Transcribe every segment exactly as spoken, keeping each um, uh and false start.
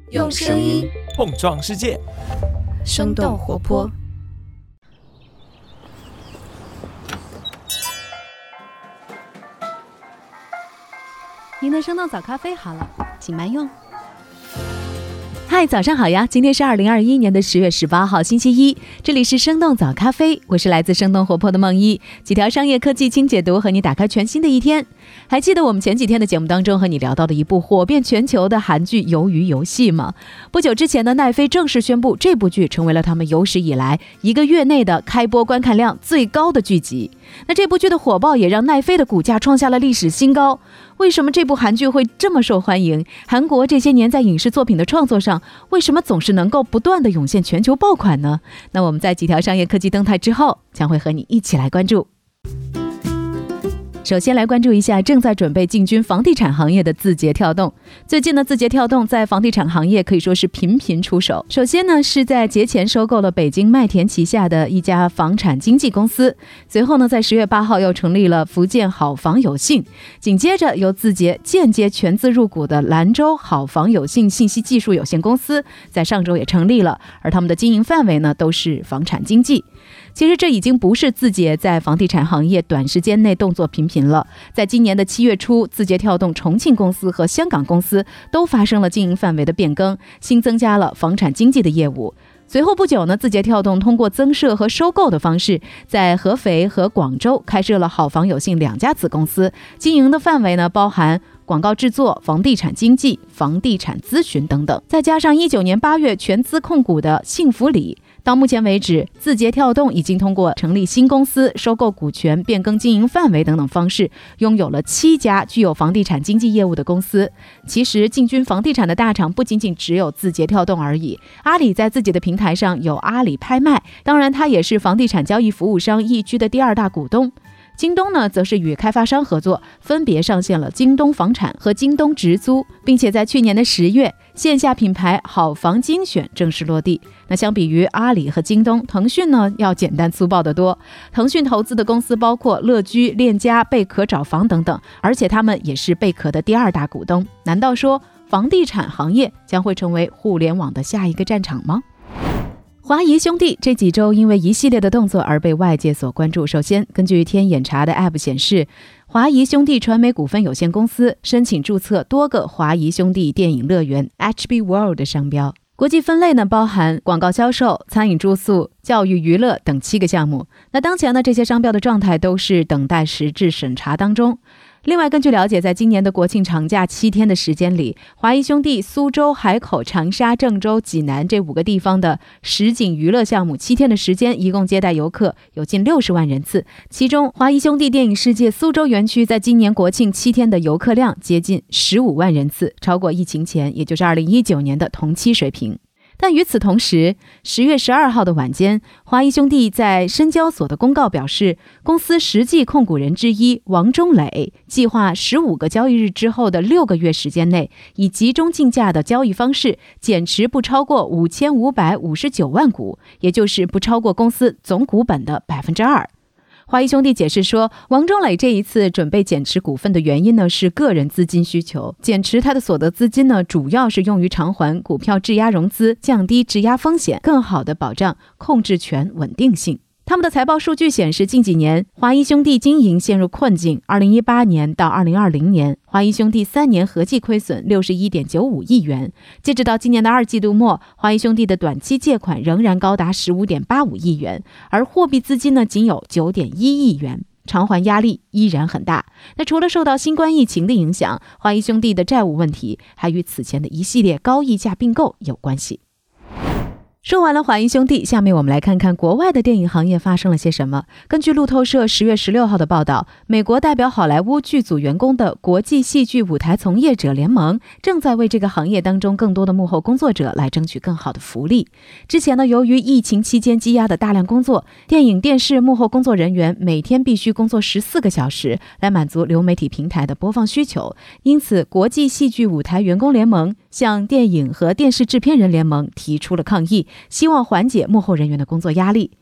用声音碰撞世界， 生动活泼。 您的生动早咖啡好了，请慢用。嗨，早上好呀！今天是二零二一年的十月十八号，星期一。这里是生动早咖啡，我是来自生动活泼的梦一，几条商业科技轻解读，和你打开全新的一天。还记得我们前几天的节目当中和你聊到的一部火遍全球的韩剧《鱿鱼游戏》吗？不久之前呢，奈飞正式宣布这部剧成为了他们有史以来一个月内的开播观看量最高的剧集。那这部剧的火爆也让奈飞的股价创下了历史新高。为什么这部韩剧会这么受欢迎？韩国这些年在影视作品的创作上，为什么总是能够不断的涌现全球爆款呢？那我们在几条商业科技动态之后，将会和你一起来关注。首先来关注一下正在准备进军房地产行业的字节跳动。最近呢，字节跳动在房地产行业可以说是频频出手。首先呢，是在节前收购了北京麦田旗下的一家房产经纪公司，随后呢，在十月八号又成立了福建好房有信，紧接着由字节间接全资入股的兰州好房有信信息技术有限公司在上周也成立了，而他们的经营范围呢都是房产经纪。其实这已经不是字节在房地产行业短时间内动作频频了。在今年的七月初，字节跳动重庆公司和香港公司都发生了经营范围的变更，新增加了房产经纪的业务。随后不久呢，字节跳动通过增设和收购的方式，在合肥和广州开设了好房有信两家子公司，经营的范围呢包含广告制作、房地产经纪、房地产咨询等等。再加上一九年八月全资控股的幸福里，到目前为止，字节跳动已经通过成立新公司、收购股权、变更经营范围等等方式，拥有了七家具有房地产经纪业务的公司。其实进军房地产的大厂不仅仅只有字节跳动而已，阿里在自己的平台上有阿里拍卖，当然它也是房地产交易服务商易居的第二大股东。京东呢，则是与开发商合作，分别上线了京东房产和京东直租，并且在去年的十月，线下品牌好房精选正式落地。那相比于阿里和京东，腾讯呢要简单粗暴得多。腾讯投资的公司包括乐居、链家、贝壳找房等等，而且他们也是贝壳的第二大股东。难道说房地产行业将会成为互联网的下一个战场吗？华谊兄弟这几周因为一系列的动作而被外界所关注。首先，根据天眼查的 App 显示，华谊兄弟传媒股份有限公司申请注册多个华谊兄弟电影乐园 H B World 的商标，国际分类呢包含广告销售、餐饮住宿、教育娱乐等七个项目。那当前呢，这些商标的状态都是等待实质审查当中。另外，根据了解，在今年的国庆长假七天的时间里，华谊兄弟苏州、海口、长沙、郑州、济南这五个地方的实景娱乐项目七天的时间，一共接待游客有近六十万人次。其中，华谊兄弟电影世界苏州园区在今年国庆七天的游客量接近十五万人次，超过疫情前，也就是二零一九年的同期水平。但与此同时，十月十二号的晚间，华谊兄弟在深交所的公告表示，公司实际控股人之一王中磊计划十五个交易日之后的六个月时间内，以集中竞价的交易方式减持不超过五千五百五十九万股，也就是不超过公司总股本的百分之二。华谊兄弟解释说，王中磊这一次准备减持股份的原因呢，是个人资金需求。减持他的所得资金呢，主要是用于偿还股票质押融资，降低质押风险，更好地保障控制权稳定性。他们的财报数据显示，近几年华谊兄弟经营陷入困境。二零一八年到二零二零年，华谊兄弟三年合计亏损 六十一点九五亿元。截止到今年的二季度末，华谊兄弟的短期借款仍然高达 十五点八五亿元，而货币资金呢仅有 九点一亿元，偿还压力依然很大。那除了受到新冠疫情的影响，华谊兄弟的债务问题还与此前的一系列高溢价并购有关系。说完了华谊兄弟，下面我们来看看国外的电影行业发生了些什么。根据路透社十月十六号的报道，美国代表好莱坞剧组员工的国际戏剧舞台从业者联盟正在为这个行业当中更多的幕后工作者来争取更好的福利。之前呢，由于疫情期间积压的大量工作，电影电视幕后工作人员每天必须工作十四个小时来满足流媒体平台的播放需求，因此国际戏剧舞台员工联盟向电影和电视制片人联盟提出了抗议，希望缓解幕后人员的工作压力。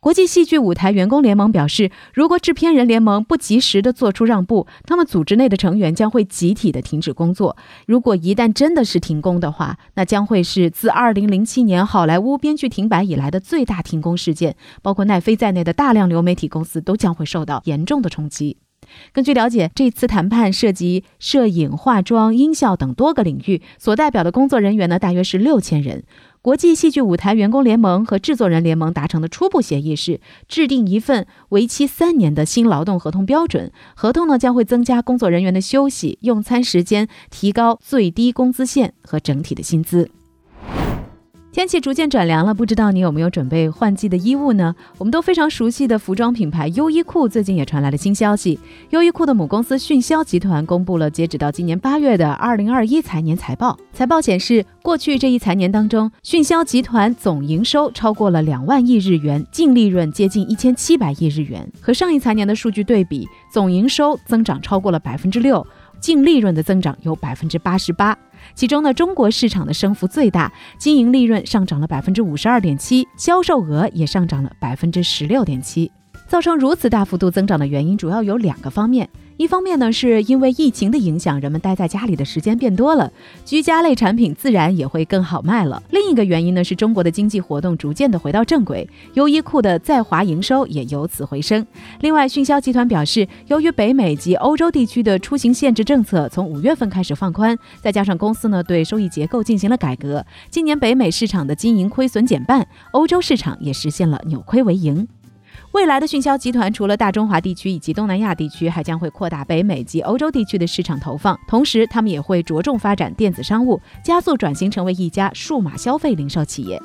国际戏剧舞台员工联盟表示，如果制片人联盟不及时的做出让步，那么组织内的成员将会集体的停止工作。如果一旦真的是停工的话，那将会是自二零零七年好莱坞编剧停摆以来的最大停工事件，包括奈飞在内的大量流媒体公司都将会受到严重的冲击。根据了解，这次谈判涉及摄影、化妆、音效等多个领域，所代表的工作人员呢，大约是六千人。国际戏剧舞台员工联盟和制作人联盟达成的初步协议是，制定一份为期三年的新劳动合同标准，合同呢将会增加工作人员的休息、用餐时间，提高最低工资线和整体的薪资。天气逐渐转凉了，不知道你有没有准备换季的衣物呢？我们都非常熟悉的服装品牌优衣库最近也传来了新消息。优衣库的母公司迅销集团公布了截止到今年八月的二零二一财年财报。财报显示，过去这一财年当中，迅销集团总营收超过了两万亿日元，净利润接近一千七百亿日元。和上一财年的数据对比，总营收增长超过了百分之六，净利润的增长有百分之八十八。其中呢，中国市场的升幅最大，经营利润上涨了百分之五十二点七，销售额也上涨了百分之十六点七。造成如此大幅度增长的原因主要有两个方面。一方面呢，是因为疫情的影响，人们待在家里的时间变多了，居家类产品自然也会更好卖了。另一个原因呢，是中国的经济活动逐渐的回到正轨，优衣库的在华营收也由此回升。另外，迅销集团表示，由于北美及欧洲地区的出行限制政策从五月份开始放宽，再加上公司呢对收益结构进行了改革，今年北美市场的经营亏损减半，欧洲市场也实现了扭亏为盈。未来的迅销集团除了大中华地区以及东南亚地区，还将会扩大北美及欧洲地区的市场投放，同时他们也会着重发展电子商务，加速转型成为一家数码消费零售企业。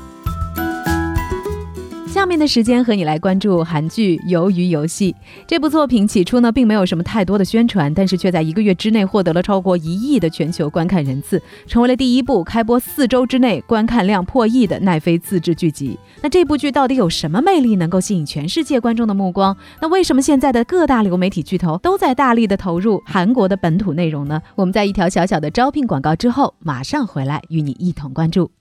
下面的时间和你来关注韩剧《鱿鱼游戏》。这部作品起初呢并没有什么太多的宣传，但是却在一个月之内获得了超过一亿的全球观看人次，成为了第一部开播四周之内观看量破亿的奈飞自制剧集。那这部剧到底有什么魅力能够吸引全世界观众的目光？那为什么现在的各大流媒体巨头都在大力的投入韩国的本土内容呢？我们在一条小小的招聘广告之后马上回来与你一同关注。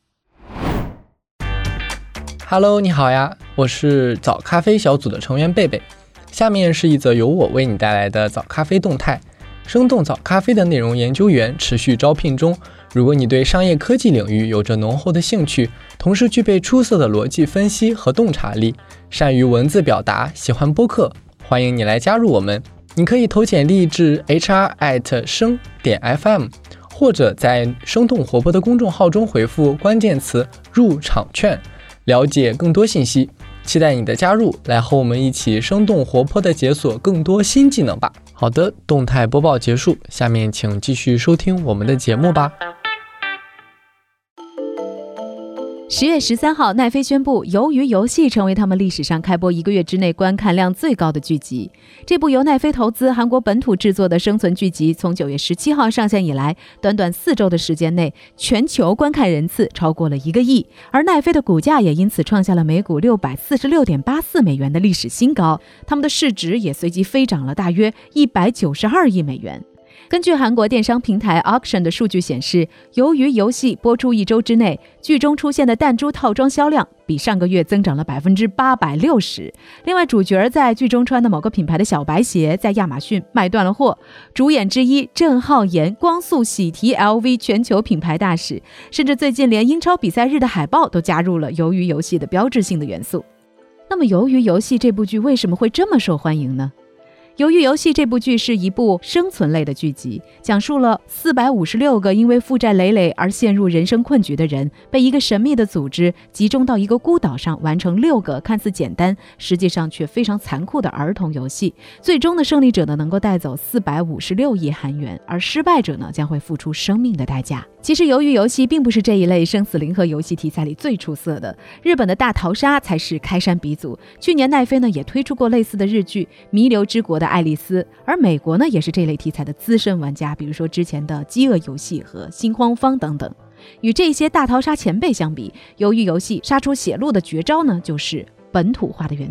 Hello， 你好呀，我是早咖啡小组的成员贝贝。下面是一则由我为你带来的早咖啡动态。生动早咖啡的内容研究员持续招聘中，如果你对商业科技领域有着浓厚的兴趣，同时具备出色的逻辑分析和洞察力，善于文字表达，喜欢播客，欢迎你来加入我们。你可以投简历至 H R at 生点 F M， 或者在生动活泼的公众号中回复关键词入场券，了解更多信息。期待你的加入，来和我们一起生动活泼地解锁更多新技能吧。好的，动态播报结束，下面请继续收听我们的节目吧。 十月十三号，奈飞宣布《鱿鱼游戏》成为他们历史上开播一个月之内观看量最高的剧集。这部由奈飞投资、韩国本土制作的生存剧集，从九月十七号上线以来，短短四周的时间内，全球观看人次超过了一个亿，而奈飞的股价也因此创下了每股六百四十六点八四美元的历史新高，他们的市值也随即飞涨了大约一百九十二亿美元。根据韩国电商平台 Auction 的数据显示，由于游戏播出一周之内，剧中出现的弹珠套装销量比上个月增长了百分之八百六十。另外，主角在剧中穿的某个品牌的小白鞋在亚马逊卖断了货。主演之一郑浩妍光速喜提 L V 全球品牌大使，甚至最近连英超比赛日的海报都加入了鱿鱼游戏的标志性的元素。那么，鱿鱼游戏这部剧为什么会这么受欢迎呢？鱿鱼游戏这部剧是一部生存类的剧集，讲述了四百五十六个因为负债累累而陷入人生困局的人，被一个神秘的组织集中到一个孤岛上，完成六个看似简单，实际上却非常残酷的儿童游戏。最终的胜利者呢，能够带走四百五十六亿韩元，而失败者呢，将会付出生命的代价。其实鱿鱼游戏并不是这一类生死零和游戏题材里最出色的，日本的大逃杀才是开山鼻祖。去年奈飞呢也推出过类似的日剧《弥留之国的爱丽丝》，而美国呢也是这类题材的资深玩家，比如说之前的饥饿游戏和心慌方等等。与这些大逃杀前辈相比，鱿鱼游戏杀出血路的绝招呢就是本土化的元素。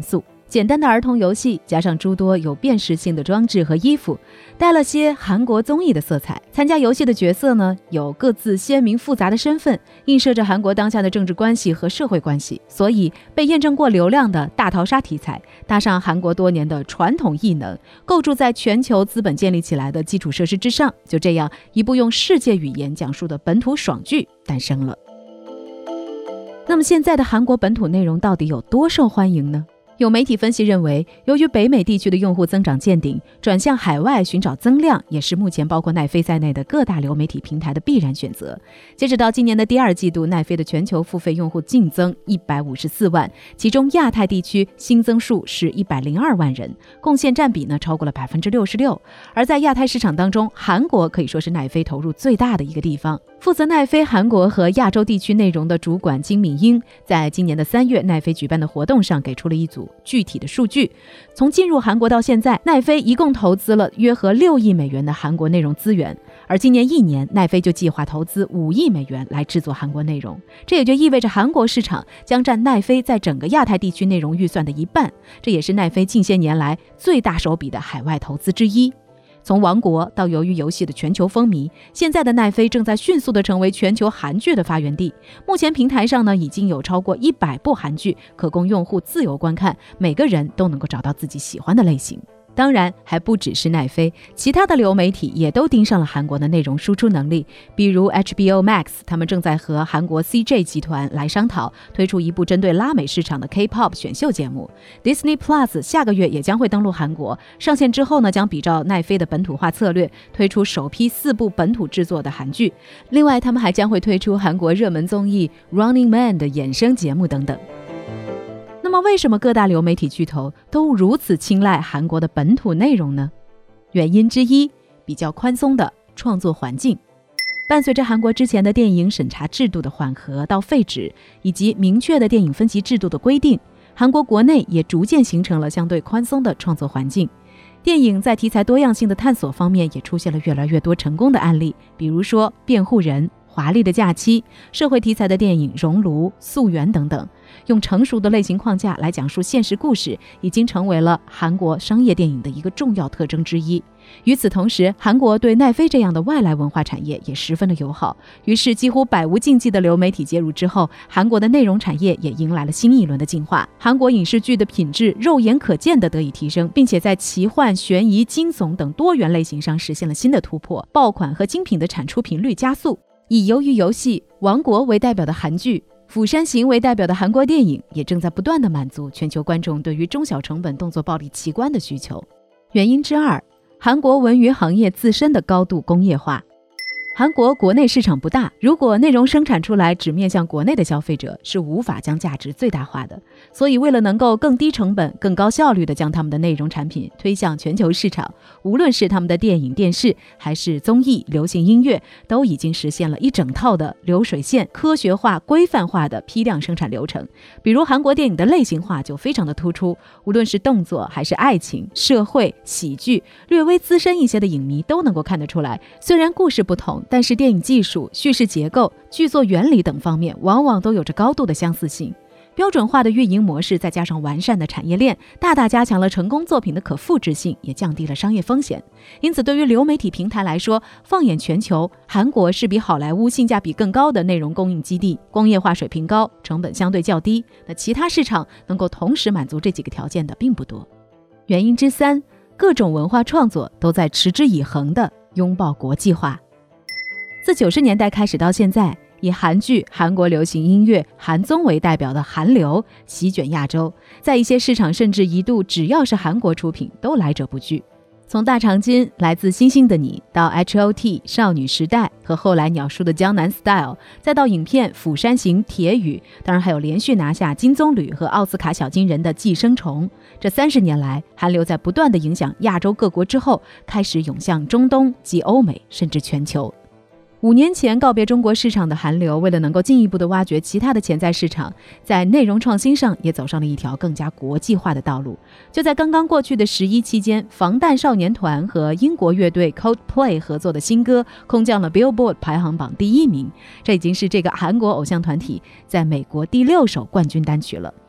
简单的儿童游戏加上诸多有辨识性的装置和衣服，带了些韩国综艺的色彩。参加游戏的角色呢，有各自鲜明复杂的身份，映射着韩国当下的政治关系和社会关系，所以被验证过流量的大逃杀题材，搭上韩国多年的传统艺能，构筑在全球资本建立起来的基础设施之上，就这样一部用世界语言讲述的本土爽剧诞生了。那么现在的韩国本土内容到底有多受欢迎呢？有媒体分析认为，由于北美地区的用户增长见顶，转向海外寻找增量也是目前包括奈飞在内的各大流媒体平台的必然选择。截止到今年的第二季度，奈飞的全球付费用户净增一百五十四万，其中亚太地区新增数是一百零二万人，贡献占比呢超过了 百分之六十六。 而在亚太市场当中，韩国可以说是奈飞投入最大的一个地方。负责奈飞韩国和亚洲地区内容的主管金敏英，在今年的三月奈飞举办的活动上给出了一组具体的数据。从进入韩国到现在，奈飞一共投资了约合六亿美元的韩国内容资源，而今年一年，奈飞就计划投资五亿美元来制作韩国内容。这也就意味着韩国市场将占奈飞在整个亚太地区内容预算的一半，这也是奈飞近些年来最大手笔的海外投资之一。从王国到鱿鱼游戏的全球风靡，现在的奈飞正在迅速地成为全球韩剧的发源地。目前平台上呢，已经有超过一百部韩剧可供用户自由观看，每个人都能够找到自己喜欢的类型。当然还不只是奈飞，其他的流媒体也都盯上了韩国的内容输出能力。比如 H B O Max， 他们正在和韩国 C J 集团来商讨推出一部针对拉美市场的 K-pop 选秀节目。 Disney Plus 下个月也将会登陆韩国，上线之后呢，将比照奈飞的本土化策略，推出首批四部本土制作的韩剧。另外他们还将会推出韩国热门综艺 Running Man 的衍生节目等等。那么为什么各大流媒体巨头都如此青睐韩国的本土内容呢？原因之一，比较宽松的创作环境。伴随着韩国之前的电影审查制度的缓和到废止，以及明确的电影分级制度的规定，韩国国内也逐渐形成了相对宽松的创作环境。电影在题材多样性的探索方面也出现了越来越多成功的案例，比如说辩护人、华丽的假期、社会题材的电影熔炉、溯源等等，用成熟的类型框架来讲述现实故事，已经成为了韩国商业电影的一个重要特征之一。与此同时，韩国对奈飞这样的外来文化产业也十分的友好，于是几乎百无禁忌的流媒体介入之后，韩国的内容产业也迎来了新一轮的进化。韩国影视剧的品质肉眼可见的得以提升，并且在奇幻、悬疑、惊悚等多元类型上实现了新的突破，爆款和精品的产出频率加速。以鱿鱼游戏、王国为代表的韩剧，釜山行为代表的韩国电影也正在不断地满足全球观众对于中小成本动作暴力奇观的需求。原因之二，韩国文娱行业自身的高度工业化。韩国国内市场不大，如果内容生产出来只面向国内的消费者，是无法将价值最大化的。所以为了能够更低成本、更高效率地将他们的内容产品推向全球市场，无论是他们的电影、电视，还是综艺、流行音乐，都已经实现了一整套的流水线、科学化、规范化的批量生产流程。比如韩国电影的类型化就非常的突出，无论是动作还是爱情、社会、喜剧，略微资深一些的影迷都能够看得出来，虽然故事不同，但是电影技术、叙事结构、剧作原理等方面往往都有着高度的相似性。标准化的运营模式再加上完善的产业链，大大加强了成功作品的可复制性，也降低了商业风险。因此对于流媒体平台来说，放眼全球，韩国是比好莱坞性价比更高的内容供应基地，工业化水平高，成本相对较低。那其他市场能够同时满足这几个条件的并不多。原因之三，各种文化创作都在持之以恒地拥抱国际化。自九十年代开始到现在，以韩剧、韩国流行音乐、韩综为代表的韩流席卷亚洲，在一些市场甚至一度只要是韩国出品都来者不拒。从大长今、来自星星的你到 H O T 少女时代和后来鸟叔的江南 Style， 再到影片釜山行、铁雨，当然还有连续拿下金棕榈和奥斯卡小金人的寄生虫。这三十年来，韩流在不断的影响亚洲各国之后，开始涌向中东及欧美，甚至全球。五年前告别中国市场的韩流，为了能够进一步的挖掘其他的潜在市场，在内容创新上也走上了一条更加国际化的道路。就在刚刚过去的十一期间，防弹少年团和英国乐队 Coldplay 合作的新歌空降了 Billboard 排行榜第一名，这已经是这个韩国偶像团体在美国第六首冠军单曲了。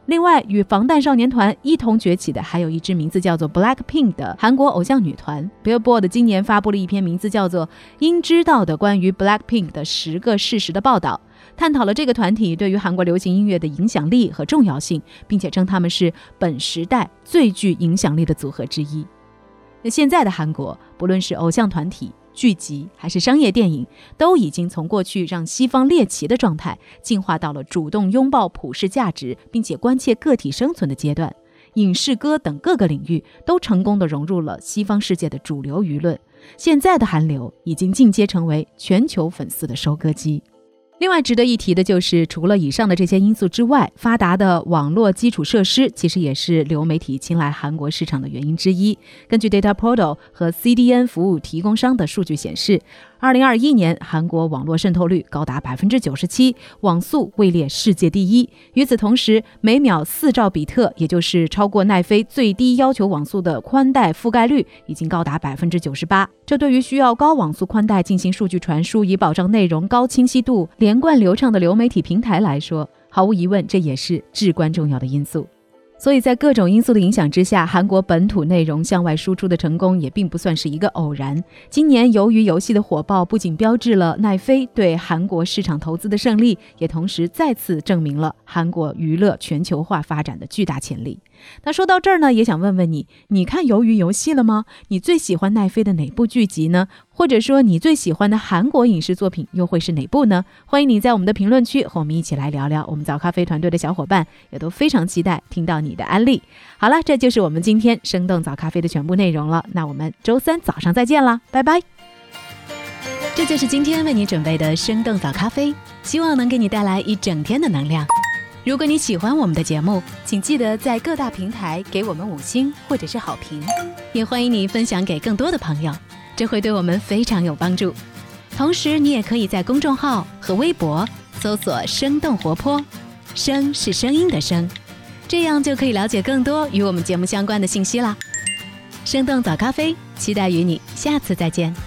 另外，与防弹少年团一同崛起的还有一支名字叫做 Blackpink 的韩国偶像女团。 Billboard 今年发布了一篇名字叫做《应知道的关于 Blackpink 的十个事实》的报道，探讨了这个团体对于韩国流行音乐的影响力和重要性，并且称他们是本时代最具影响力的组合之一。那现在的韩国，不论是偶像团体、剧集还是商业电影，都已经从过去让西方猎奇的状态进化到了主动拥抱普世价值并且关切个体生存的阶段。影视歌等各个领域都成功地融入了西方世界的主流舆论。现在的韩流已经进阶成为全球粉丝的收割机。另外值得一提的就是，除了以上的这些因素之外，发达的网络基础设施其实也是流媒体青睐韩国市场的原因之一。根据 Data Portal 和 C D N 服务提供商的数据显示，二零二一年韩国网络渗透率高达 百分之九十七， 网速位列世界第一。与此同时，每秒四兆比特，也就是超过奈飞最低要求网速的宽带覆盖率已经高达 百分之九十八。 这对于需要高网速宽带进行数据传输以保障内容高清晰度、连贯流畅的流媒体平台来说，毫无疑问这也是至关重要的因素。所以在各种因素的影响之下，韩国本土内容向外输出的成功也并不算是一个偶然。今年由于游戏的火爆，不仅标志了奈飞对韩国市场投资的胜利，也同时再次证明了韩国娱乐全球化发展的巨大潜力。那说到这儿呢，也想问问你，你看鱿鱼游戏了吗？你最喜欢奈飞的哪部剧集呢？或者说你最喜欢的韩国影视作品又会是哪部呢？欢迎你在我们的评论区和我们一起来聊聊，我们早咖啡团队的小伙伴也都非常期待听到你的案例。好了，这就是我们今天生动早咖啡的全部内容了，那我们周三早上再见啦，拜拜。 这就是今天为你准备的生动早咖啡，希望能给你带来一整天的能量。如果你喜欢我们的节目，请记得在各大平台给我们五星或者是好评，也欢迎你分享给更多的朋友，这会对我们非常有帮助。同时你也可以在公众号和微博搜索生动活泼，声是声音的声，这样就可以了解更多与我们节目相关的信息啦。生动早咖啡，期待与你下次再见。